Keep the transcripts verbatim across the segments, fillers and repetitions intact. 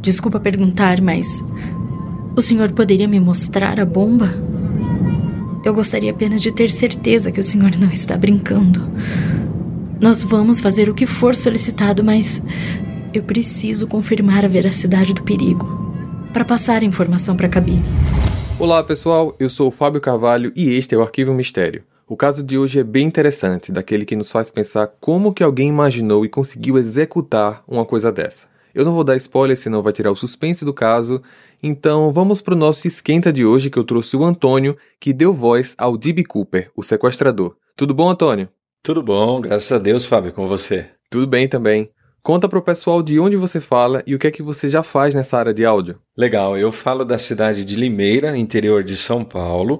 Desculpa perguntar, mas... o senhor poderia me mostrar a bomba? Eu gostaria apenas de ter certeza que o senhor não está brincando. Nós vamos fazer o que for solicitado, mas... eu preciso confirmar a veracidade do perigo para passar a informação para a cabine. Olá pessoal, eu sou o Fábio Carvalho e este é o Arquivo Mistério. O caso de hoje é bem interessante, daquele que nos faz pensar como que alguém imaginou e conseguiu executar uma coisa dessa. Eu não vou dar spoiler, senão vai tirar o suspense do caso, então vamos para o nosso esquenta de hoje, que eu trouxe o Antônio, que deu voz ao D B Cooper, o sequestrador. Tudo bom, Antônio? Tudo bom, graças a Deus, Fábio, com você? Tudo bem também. Conta pro pessoal de onde você fala e o que é que você já faz nessa área de áudio. Legal, eu falo da cidade de Limeira, interior de São Paulo,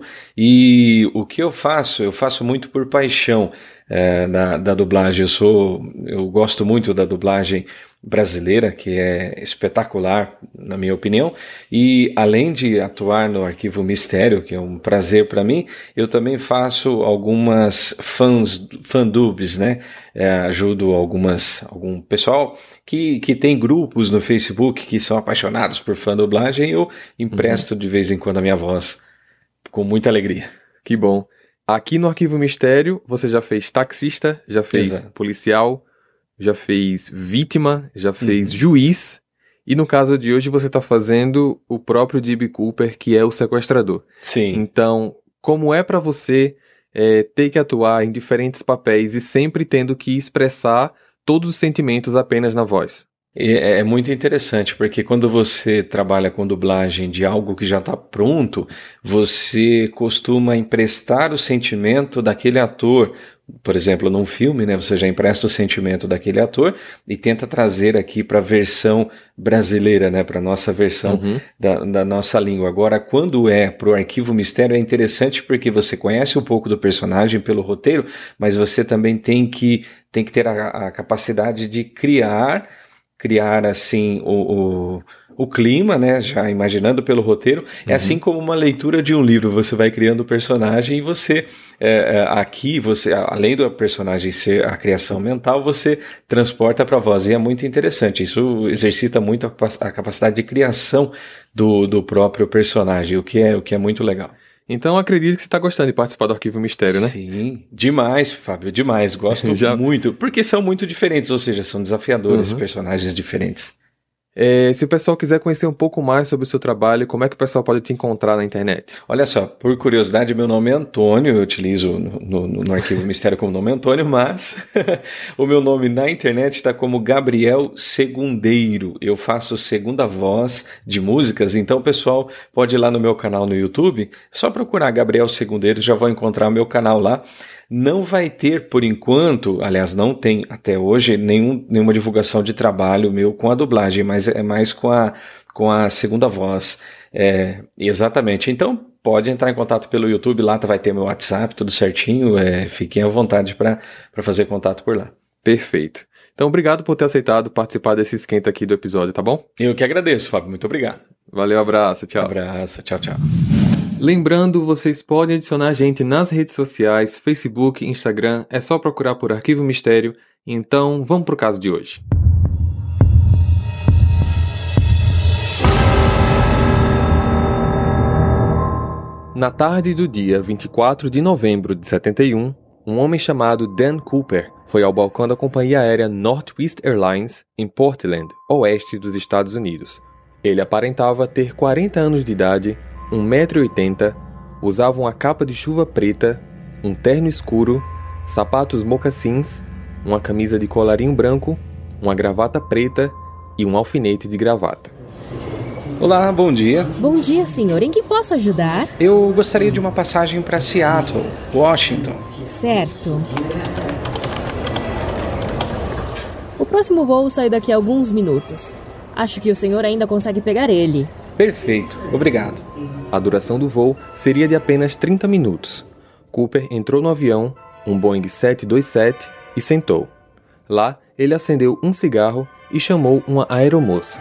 e o que eu faço, eu faço muito por paixão é, da, da dublagem. Eu sou, eu gosto muito da dublagem brasileira, que é espetacular, na minha opinião, e além de atuar no Arquivo Mistério, que é um prazer para mim, eu também faço algumas fãs, fandubs, né? É, ajudo algumas, algum pessoal que, que tem grupos no Facebook que são apaixonados por fã dublagem, eu empresto uhum. de vez em quando a minha voz, com muita alegria. Que bom. Aqui no Arquivo Mistério, você já fez taxista, já fez Exato. policial, já fez vítima, já fez uhum. juiz, e no caso de hoje você está fazendo o próprio D B Cooper, que é o sequestrador. Sim. Então, como é para você é, ter que atuar em diferentes papéis e sempre tendo que expressar todos os sentimentos apenas na voz? É, é muito interessante, porque quando você trabalha com dublagem de algo que já está pronto, você costuma emprestar o sentimento daquele ator. Por exemplo, num filme, né, você já empresta o sentimento daquele ator e tenta trazer aqui para a versão brasileira, né, para a nossa versão uhum. da, da nossa língua. Agora, quando é para o Arquivo Mistério, é interessante porque você conhece um pouco do personagem pelo roteiro, mas você também tem que, tem que ter a, a capacidade de criar, criar assim, o... o O clima, né, já imaginando pelo roteiro, uhum. é assim como uma leitura de um livro, você vai criando o personagem e você, é, aqui, você, além do personagem ser a criação mental, você transporta para a voz, e é muito interessante, isso exercita muito a, a capacidade de criação do, do próprio personagem, o que é, o que é muito legal. Então acredito que você está gostando de participar do Arquivo Mistério, né? Sim, demais, Fábio, demais, gosto já... muito, porque são muito diferentes, ou seja, são desafiadores, uhum. personagens diferentes. É, se o pessoal quiser conhecer um pouco mais sobre o seu trabalho, como é que o pessoal pode te encontrar na internet? Olha só, por curiosidade, meu nome é Antônio, eu utilizo no, no, no Arquivo Mistério como nome Antônio, mas o meu nome na internet está como Gabriel Segundeiro. Eu faço segunda voz de músicas, então o pessoal pode ir lá no meu canal no YouTube, só procurar Gabriel Segundeiro, já vão encontrar o meu canal lá. Não vai ter, por enquanto, aliás, não tem até hoje, nenhum, nenhuma divulgação de trabalho meu com a dublagem, mas é mais com a, com a segunda voz. É, exatamente. Então, pode entrar em contato pelo YouTube, lá vai ter meu WhatsApp, tudo certinho. É, fiquem à vontade para fazer contato por lá. Perfeito. Então, obrigado por ter aceitado participar desse esquenta aqui do episódio, tá bom? Eu que agradeço, Fábio. Muito obrigado. Valeu, abraço, tchau. Abraço, tchau, tchau. Lembrando, vocês podem adicionar a gente nas redes sociais, Facebook, Instagram, é só procurar por Arquivo Mistério. Então, vamos pro caso de hoje. Na tarde do dia vinte e quatro de novembro de setenta e um, um homem chamado Dan Cooper foi ao balcão da companhia aérea Northwest Airlines em Portland, oeste dos Estados Unidos. Ele aparentava ter quarenta anos de idade, um metro e oitenta, usava uma capa de chuva preta, um terno escuro, sapatos mocassins, uma camisa de colarinho branco, uma gravata preta e um alfinete de gravata. Olá, bom dia. Bom dia, senhor. Em que posso ajudar? Eu gostaria de uma passagem para Seattle, Washington. Certo. O próximo voo sai daqui a alguns minutos. Acho que o senhor ainda consegue pegar ele. Perfeito, obrigado. A duração do voo seria de apenas trinta minutos. Cooper entrou no avião, um Boeing sete dois sete, e sentou. Lá, ele acendeu um cigarro e chamou uma aeromoça.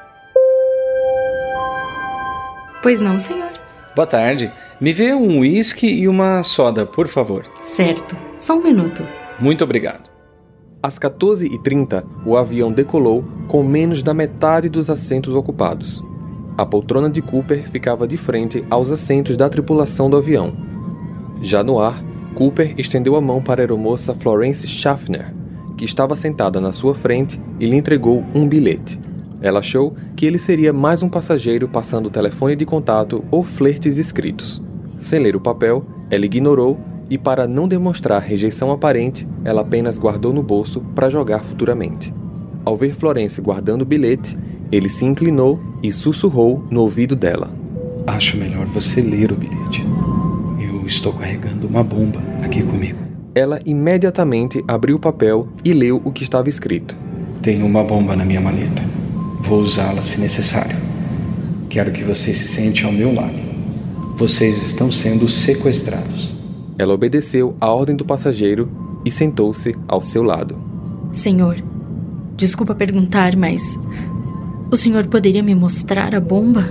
Pois não, senhor. Boa tarde. Me vê um uísque e uma soda, por favor. Certo. Só um minuto. Muito obrigado. Às quatorze e trinta, o avião decolou com menos da metade dos assentos ocupados. A poltrona de Cooper ficava de frente aos assentos da tripulação do avião. Já no ar, Cooper estendeu a mão para a aeromoça Florence Schaffner, que estava sentada na sua frente, e lhe entregou um bilhete. Ela achou que ele seria mais um passageiro passando o telefone de contato ou flertes escritos. Sem ler o papel, ela ignorou e, para não demonstrar rejeição aparente, ela apenas guardou no bolso para jogar futuramente. Ao ver Florence guardando o bilhete, ele se inclinou e sussurrou no ouvido dela. Acho melhor você ler o bilhete. Eu estou carregando uma bomba aqui comigo. Ela imediatamente abriu o papel e leu o que estava escrito. Tenho uma bomba na minha maleta. Vou usá-la se necessário. Quero que você se sente ao meu lado. Vocês estão sendo sequestrados. Ela obedeceu à ordem do passageiro e sentou-se ao seu lado. Senhor, desculpa perguntar, mas o senhor poderia me mostrar a bomba?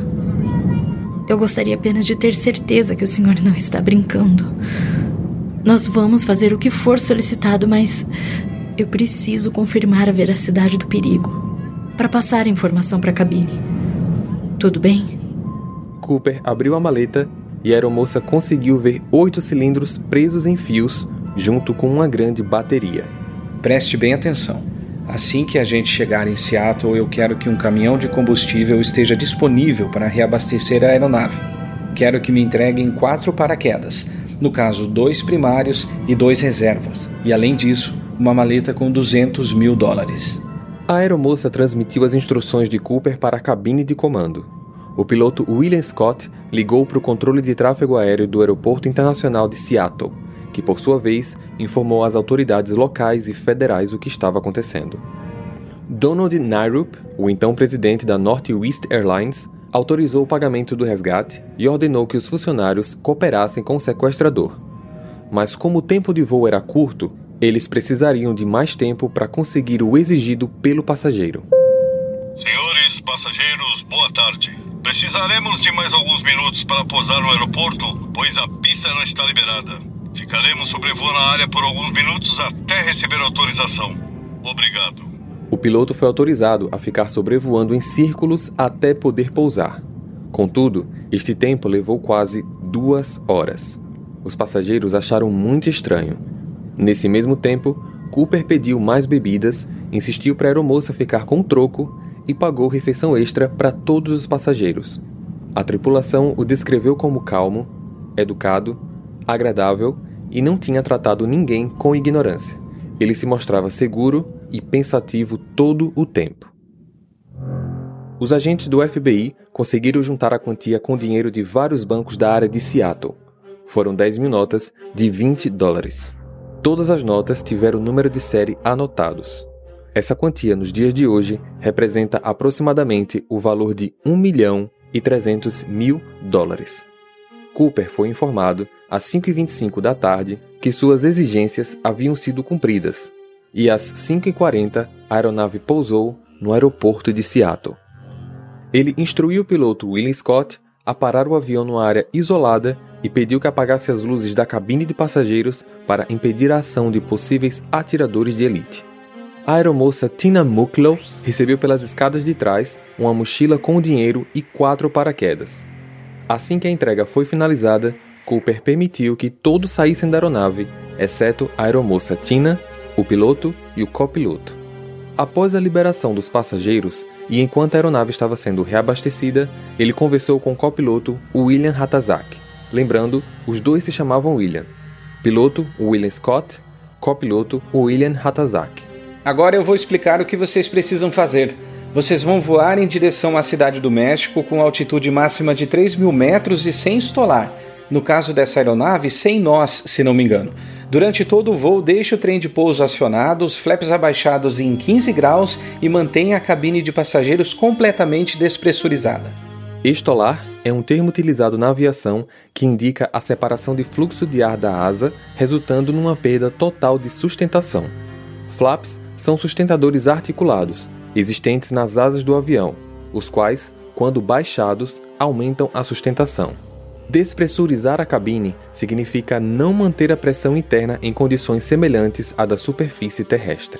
Eu gostaria apenas de ter certeza que o senhor não está brincando. Nós vamos fazer o que for solicitado, mas eu preciso confirmar a veracidade do perigo para passar a informação para a cabine. Tudo bem? Cooper abriu a maleta e a aeromoça conseguiu ver oito cilindros presos em fios junto com uma grande bateria. Preste bem atenção. Assim que a gente chegar em Seattle, eu quero que um caminhão de combustível esteja disponível para reabastecer a aeronave. Quero que me entreguem quatro paraquedas, no caso dois primários e dois reservas, e além disso, uma maleta com duzentos mil dólares. A aeromoça transmitiu as instruções de Cooper para a cabine de comando. O piloto William Scott ligou para o controle de tráfego aéreo do Aeroporto Internacional de Seattle, que por sua vez informou às autoridades locais e federais o que estava acontecendo. Donald Nyrup, o então presidente da Northwest Airlines, autorizou o pagamento do resgate e ordenou que os funcionários cooperassem com o sequestrador. Mas como o tempo de voo era curto, eles precisariam de mais tempo para conseguir o exigido pelo passageiro. Senhores passageiros, boa tarde. Precisaremos de mais alguns minutos para pousar no aeroporto, pois a pista não está liberada. Ficaremos sobrevoando a área por alguns minutos até receber autorização. Obrigado. O piloto foi autorizado a ficar sobrevoando em círculos até poder pousar. Contudo, este tempo levou quase duas horas. Os passageiros acharam muito estranho. Nesse mesmo tempo, Cooper pediu mais bebidas, insistiu para a aeromoça ficar com um troco e pagou refeição extra para todos os passageiros. A tripulação o descreveu como calmo, educado, agradável e não tinha tratado ninguém com ignorância. Ele se mostrava seguro e pensativo todo o tempo. Os agentes do F B I conseguiram juntar a quantia com dinheiro de vários bancos da área de Seattle. Foram dez mil notas de vinte dólares. Todas as notas tiveram o número de série anotados. Essa quantia, nos dias de hoje, representa aproximadamente o valor de um milhão e trezentos mil dólares. Cooper foi informado, às cinco e vinte e cinco da tarde, que suas exigências haviam sido cumpridas, e às cinco e quarenta a aeronave pousou no aeroporto de Seattle. Ele instruiu o piloto William Scott a parar o avião numa área isolada e pediu que apagasse as luzes da cabine de passageiros para impedir a ação de possíveis atiradores de elite. A aeromoça Tina Mucklow recebeu pelas escadas de trás uma mochila com dinheiro e quatro paraquedas. Assim que a entrega foi finalizada, Cooper permitiu que todos saíssem da aeronave, exceto a aeromoça Tina, o piloto e o copiloto. Após a liberação dos passageiros e enquanto a aeronave estava sendo reabastecida, ele conversou com o copiloto William Hatazak. Lembrando, os dois se chamavam William. Piloto William Scott, copiloto William Hatazak. Agora eu vou explicar o que vocês precisam fazer. Vocês vão voar em direção à Cidade do México com altitude máxima de três mil metros e sem estolar. No caso dessa aeronave, sem nós, se não me engano. Durante todo o voo, deixe o trem de pouso acionado, os flaps abaixados em quinze graus e mantenha a cabine de passageiros completamente despressurizada. Estolar é um termo utilizado na aviação que indica a separação de fluxo de ar da asa, resultando numa perda total de sustentação. Flaps são sustentadores articulados, existentes nas asas do avião, os quais, quando baixados, aumentam a sustentação. Despressurizar a cabine significa não manter a pressão interna em condições semelhantes à da superfície terrestre.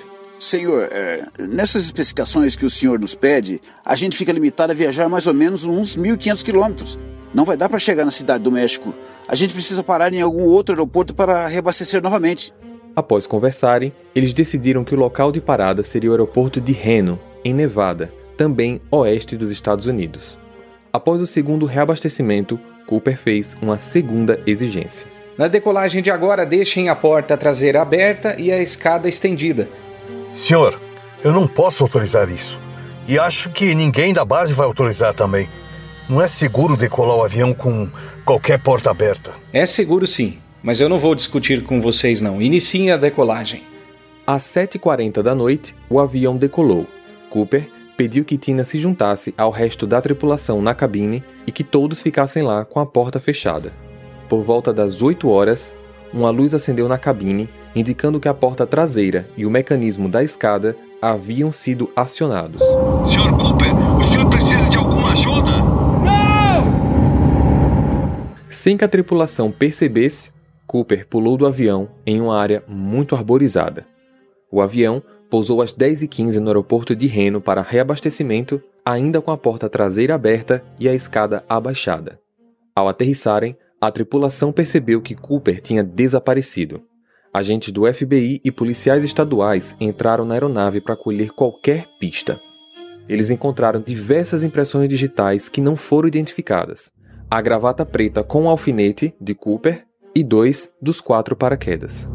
Senhor, é, nessas especificações que o senhor nos pede, a gente fica limitado a viajar mais ou menos uns mil e quinhentos quilômetros. Não vai dar para chegar na cidade do México. A gente precisa parar em algum outro aeroporto para reabastecer novamente. Após conversarem, eles decidiram que o local de parada seria o aeroporto de Reno, em Nevada, também oeste dos Estados Unidos. Após o segundo reabastecimento, Cooper fez uma segunda exigência. Na decolagem de agora, deixem a porta traseira aberta e a escada estendida. Senhor, eu não posso autorizar isso. E acho que ninguém da base vai autorizar também. Não é seguro decolar o avião com qualquer porta aberta. É seguro sim, mas eu não vou discutir com vocês não. Iniciem a decolagem. Às sete e quarenta da noite, o avião decolou. Cooper pediu que Tina se juntasse ao resto da tripulação na cabine e que todos ficassem lá com a porta fechada. Por volta das oito horas, uma luz acendeu na cabine, indicando que a porta traseira e o mecanismo da escada haviam sido acionados. senhor Cooper, o senhor precisa de alguma ajuda? Não! Sem que a tripulação percebesse, Cooper pulou do avião em uma área muito arborizada. O avião pousou às dez e quinze no aeroporto de Reno para reabastecimento, ainda com a porta traseira aberta e a escada abaixada. Ao aterrissarem, a tripulação percebeu que Cooper tinha desaparecido. Agentes do F B I e policiais estaduais entraram na aeronave para colher qualquer pista. Eles encontraram diversas impressões digitais que não foram identificadas, a gravata preta com o alfinete de Cooper e dois dos quatro paraquedas.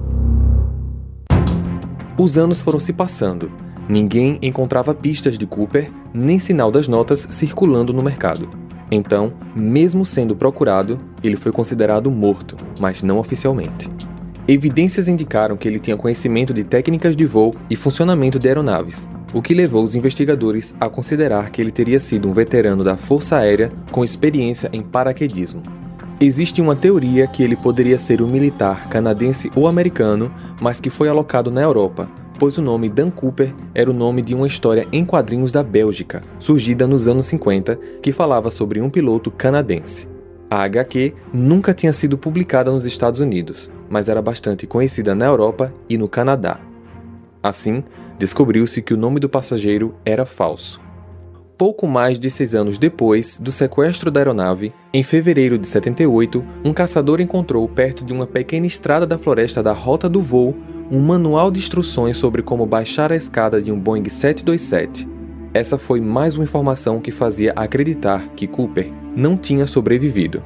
Os anos foram se passando. Ninguém encontrava pistas de Cooper, nem sinal das notas circulando no mercado. Então, mesmo sendo procurado, ele foi considerado morto, mas não oficialmente. Evidências indicaram que ele tinha conhecimento de técnicas de voo e funcionamento de aeronaves, o que levou os investigadores a considerar que ele teria sido um veterano da Força Aérea com experiência em paraquedismo. Existe uma teoria que ele poderia ser um militar canadense ou americano, mas que foi alocado na Europa, pois o nome Dan Cooper era o nome de uma história em quadrinhos da Bélgica, surgida nos anos cinquenta, que falava sobre um piloto canadense. A agá quê nunca tinha sido publicada nos Estados Unidos, mas era bastante conhecida na Europa e no Canadá. Assim, descobriu-se que o nome do passageiro era falso. Pouco mais de seis anos depois do sequestro da aeronave, em fevereiro de setenta e oito, um caçador encontrou perto de uma pequena estrada da floresta da rota do voo um manual de instruções sobre como baixar a escada de um Boeing sete dois sete. Essa foi mais uma informação que fazia acreditar que Cooper não tinha sobrevivido.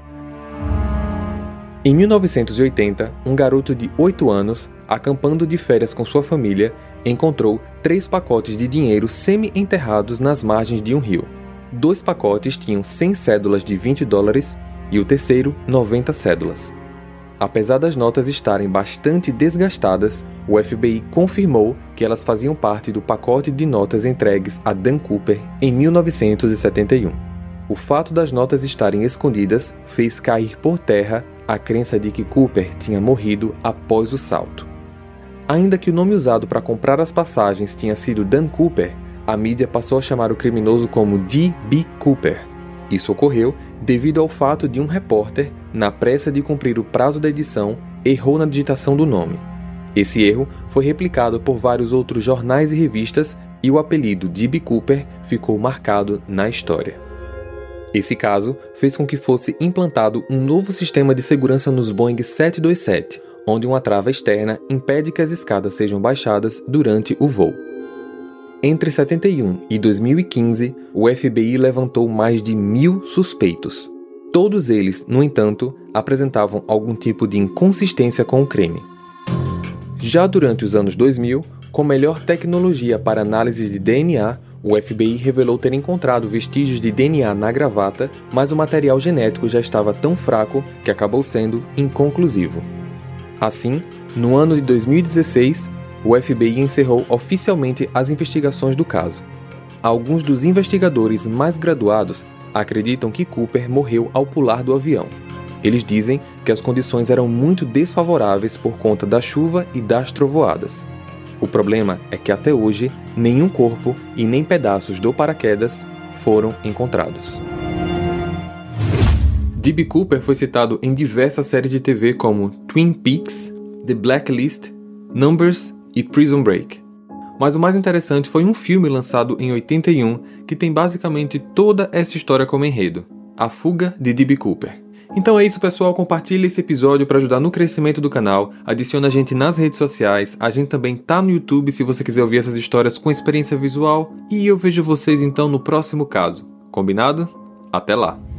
Em mil novecentos e oitenta, um garoto de oito anos, acampando de férias com sua família, encontrou três pacotes de dinheiro semi-enterrados nas margens de um rio. Dois pacotes tinham cem cédulas de vinte dólares e o terceiro, noventa cédulas. Apesar das notas estarem bastante desgastadas, o F B I confirmou que elas faziam parte do pacote de notas entregues a Dan Cooper em mil novecentos e setenta e um. O fato das notas estarem escondidas fez cair por terra a crença de que Cooper tinha morrido após o salto. Ainda que o nome usado para comprar as passagens tinha sido Dan Cooper, a mídia passou a chamar o criminoso como D B Cooper. Isso ocorreu devido ao fato de um repórter, na pressa de cumprir o prazo da edição, errou na digitação do nome. Esse erro foi replicado por vários outros jornais e revistas e o apelido D B Cooper ficou marcado na história. Esse caso fez com que fosse implantado um novo sistema de segurança nos Boeing sete dois sete, onde uma trava externa impede que as escadas sejam baixadas durante o voo. Entre setenta e um e dois mil e quinze, o F B I levantou mais de mil suspeitos. Todos eles, no entanto, apresentavam algum tipo de inconsistência com o crime. Já durante os anos dois mil, com melhor tecnologia para análise de D N A, o F B I revelou ter encontrado vestígios de D N A na gravata, mas o material genético já estava tão fraco que acabou sendo inconclusivo. Assim, no ano de dois mil e dezesseis, o F B I encerrou oficialmente as investigações do caso. Alguns dos investigadores mais graduados acreditam que Cooper morreu ao pular do avião. Eles dizem que as condições eram muito desfavoráveis por conta da chuva e das trovoadas. O problema é que até hoje, nenhum corpo e nem pedaços do paraquedas foram encontrados. D B Cooper foi citado em diversas séries de T V como Twin Peaks, The Blacklist, Numbers e Prison Break. Mas o mais interessante foi um filme lançado em oitenta e um que tem basicamente toda essa história como enredo: A Fuga de D B Cooper. Então é isso, pessoal, compartilhe esse episódio para ajudar no crescimento do canal, adicione a gente nas redes sociais, a gente também tá no YouTube se você quiser ouvir essas histórias com experiência visual, e eu vejo vocês então no próximo caso. Combinado? Até lá!